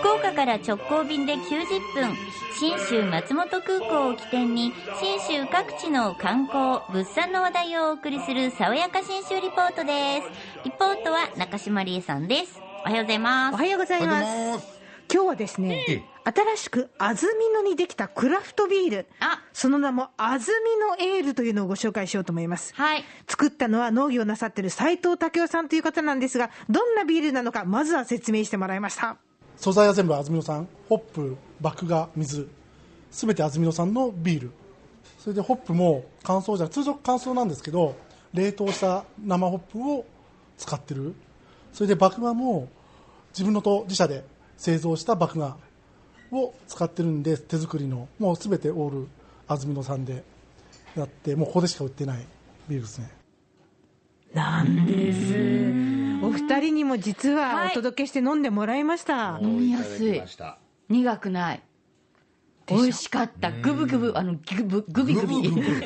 福岡から直行便で90分、信州松本空港を起点に信州各地の観光物産の話題をお送りする爽やか信州リポートです。リポートは中島理恵さんです。おはようございます。 おはようございます。今日はですね、新しく安曇野にできたクラフトビール、その名も安曇野エールというのをご紹介しようと思います。 はい。 作ったのは農業なさっている斉藤武夫さんという方なんですが、どんなビールなのかまずは説明してもらいました。 素材は全部安曇野産、ホップ、麦芽、水、すべて安曇野産のビール。それでホップも乾燥じゃ通常乾燥なんですけど、冷凍した生ホップを使ってる。それで麦芽も自分の自社で製造した麦芽を使ってるんで、手作りのもうすべてオール安曇野産でやって、もうここでしか売ってないビールですね。 なんです。お二人にも実はお届けして飲んでもらいました。 飲みやすい、苦くない、美味しかった。グビグビ、グビグビグビグビ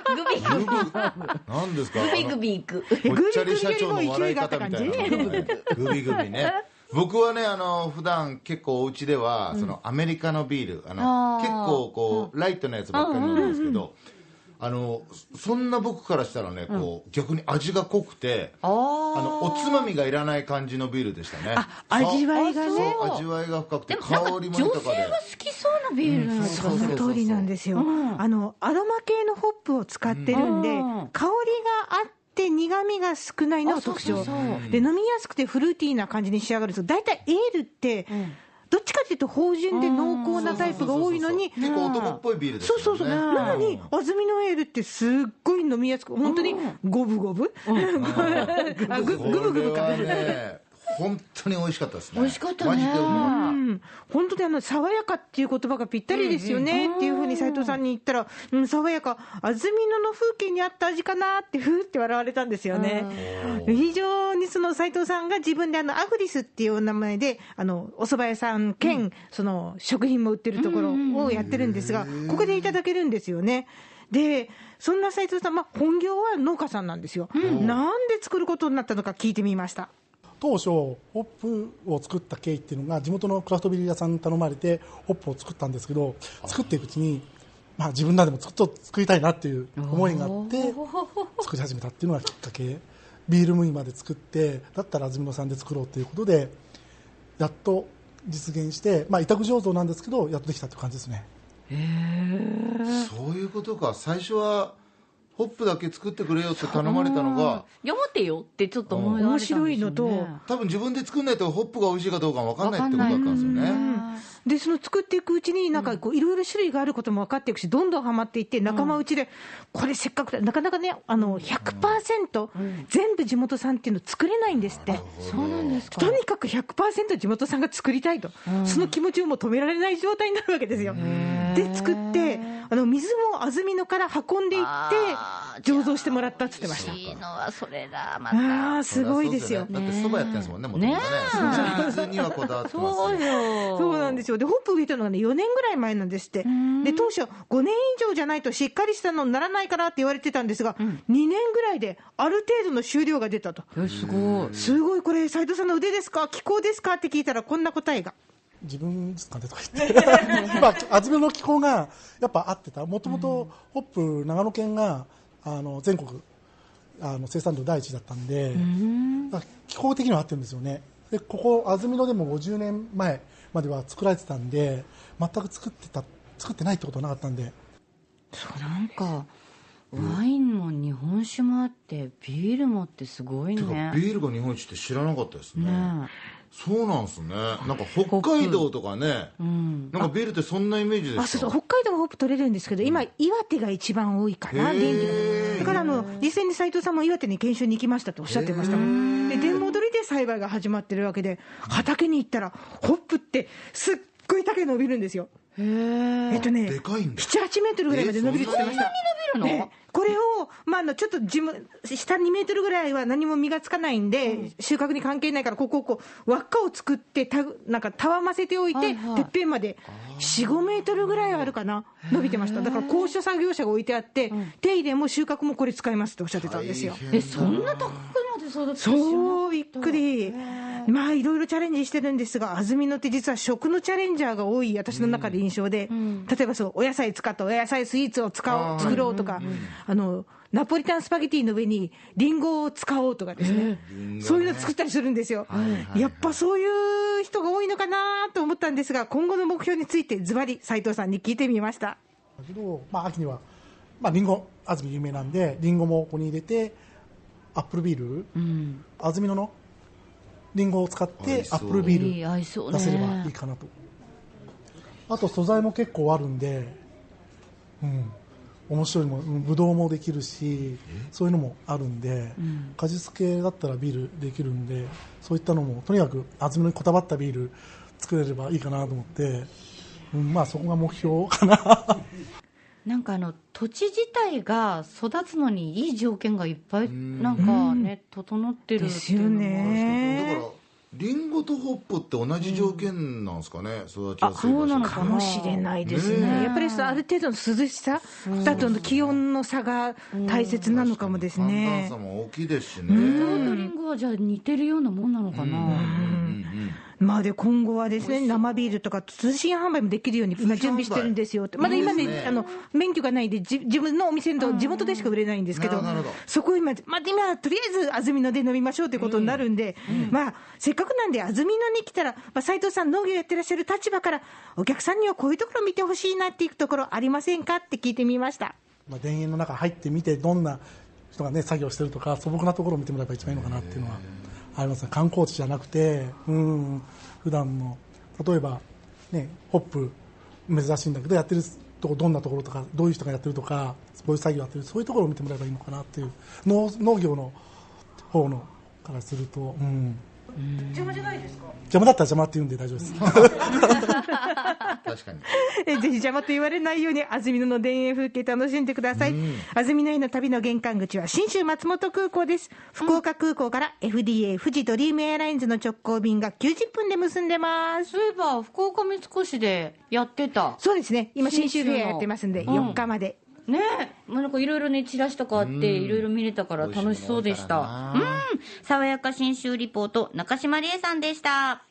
何ですか、 グビグビいく、 ぽっちゃり社長の笑い方みたいなグビグビね。僕はね、普段結構お家では、そのアメリカのビール、結構こうライトなやつばっかり飲むんですけど、そんな僕からしたらね、こう逆に味が濃くて、おつまみがいらない感じのビールでしたね。 味わいがね、 味わいが深くて、香りも女豊かで、 性が好きそうなビールなんですか。 その通りなんですよ。アロマ系のホップを使ってるんで、香りがあって苦味が少ないのが特徴で、飲みやすくてフルーティーな感じに仕上がるんですよ。だいたいエールってどっちかというと芳醇で濃厚なタイプが多いのに、 結構男っぽいビールですよね。 そうなのに安曇野エールってすっごい飲みやすく、本当にゴブゴブ、グブグブか、 本当に美味しかったですね。 美味しかったね。 マジでうまかった。 本当に爽やかっていう言葉がぴったりですよねっていうふうに斉藤さんに言ったら、爽やか、安曇野の風景にあった味かなってふーって笑われたんですよね。非常にその斉藤さんが自分でアグリスっていうお名前でお蕎麦屋さん兼その食品も売ってるところをやってるんですが、ここでいただけるんですよね。でそんな斉藤さん、本業は農家さんなんですよ。なんで作ることになったのか聞いてみました。 当初ホップを作った経緯っていうのが、地元のクラフトビール屋さんに頼まれてホップを作ったんですけど、作っていくうちに、自分らでも作りたいなっていう思いがあって作り始めたっていうのがきっかけ。ビール麦まで作って、だったら安曇野さんで作ろうということでやっと実現して、委託醸造なんですけどやっとできたって感じですね。 そういうことか。最初はホップだけ作ってくれよって頼まれたのが、 いや待てよってちょっと思い面白いのと、 多分自分で作んないとホップが美味しいかどうか分かんないってことだったんですよね。 でその作っていくうちにいろいろ種類があることも分かっていくし、どんどんハマっていって、仲間内でこれせっかくなかなかね、100% 全部地元産っていうの作れないんですって。 そうなんですか。 とにかく 100% 地元産が作りたいと、その気持ちをもう止められない状態になるわけですよ。で作って水も安曇野から運んでいって醸造してもらったって言ってました。 いいのはそれだ。またすごいですよ。 だってそばやってるんですもんね、もともとね。水にはこだわってますね。 そうなんですよ。でホップ植えたのがね4年ぐらい前なんですって。で当初5年以上じゃないとしっかりしたのにならないからって言われてたんですが、2年ぐらいである程度の収量が出たと。すごい。これ斉藤さんの腕ですか、気候ですかって聞いたらこんな答えが。 自分ですかねとか言って安曇野の気候がやっぱ合ってた。もともとホップ長野県が全国生産量第一だったんで、気候的には合ってるんですよね。でここ安曇野でも50年前までは作られてたんで、全く作ってないってことはなかったんで。 なんかワインも日本酒もあってビールもってすごいね。 てかビールが日本酒って知らなかったですね。そうなんですね。なんか北海道とかね、なんかビールってそんなイメージですか。 そう北海道もホップ取れるんですけど、今岩手が一番多いかな、元気だから実際に斉藤さんも岩手に研修に行きましたとおっしゃってましたもん。で出戻りで栽培が始まってるわけで、畑に行ったらホップってすっごい丈伸びるんですよ。 でかいんだ。 7、8メートルぐらいまで伸びるって言ってました。これを、ちょっと下2メートルぐらいは何も実がつかないんで、収穫に関係ないから、輪っかを作ってなんかたわませておいて、てっぺんまで4、5メートルぐらいあるかな、伸びてました。だから高所作業車が置いてあって、手入れも収穫もこれ使いますっておっしゃってたんですよ。 そんな高くまで育ってそうびっくりまあいろいろチャレンジしてるんですが、安曇野って実は食のチャレンジャーが多い私の中で印象で、例えばそうお野菜使ったお野菜スイーツを作ろうとか、ナポリタンスパゲティの上にリンゴを使おうとかですね、そういうの作ったりするんですよ。やっぱそういう人が多いのかなと思ったんですが、今後の目標についてズバリ斉藤さんに聞いてみました。 だけど、秋には、リンゴ安曇有名なんでリンゴもここに入れて、アップルビール、安曇野のリンゴを使ってアップルビール出せればいいかなと。あと素材も結構あるんで、面白いもん、ぶどうもできるし、そういうのもあるんで、果実系だったらビールできるんで、そういったのもとにかく安曇野にこだわったビール作れればいいかなと思って、そこが目標かな。 なんか土地自体が育つのにいい条件がいっぱいなんかね、整ってるっていうのもあるんですけど、 だからリンゴとホップって同じ条件なんですかね、育ちやすい場所。 そうなのかもしれないですね。やっぱりある程度の涼しさだと気温の差が大切なのかもですね。 寒暖差も大きいですしね。 ブドウとリンゴはじゃあ似てるようなもんなのかな。 で今後はですね、生ビールとか通信販売もできるように今準備してるんですよって。まだ今ね、免許がないで自分のお店の地元でしか売れないんですけど、そこを今とりあえず安曇野で飲みましょうということになるんで、せっかくなんで安曇野に来たら、斉藤さん農業やってらっしゃる立場からお客さんにはこういうところ見てほしいなっていうところありませんかって聞いてみました。 田園の中入ってみて、どんな人がね作業してるとか素朴なところを見てもらえば一番いいのかなっていうのはありますね。観光地じゃなくて、普段の例えばねホップ珍しいんだけどやってるとこどんなところとか、どういう人がやってるとか、そういう作業やってる、そういうところを見てもらえばいいのかなっていう、農業の方のからすると、 邪魔じゃないですか？ 邪魔だったら邪魔って言うんで大丈夫です。 確かに。 ぜひ邪魔と言われないように安曇野の田園風景楽しんでください。安曇野への旅の玄関口は信州松本空港です。福岡空港から FDA 富士ドリームエアラインズの直行便が90分で結んでます。 そういえば福岡三越でやってた。 そうですね、今信州フェアやってますんで、4日までねえ、なんかいろいろねチラシとかあっていろいろ見れたから楽しそうでした。 爽やか信州リポート中島理恵さんでした。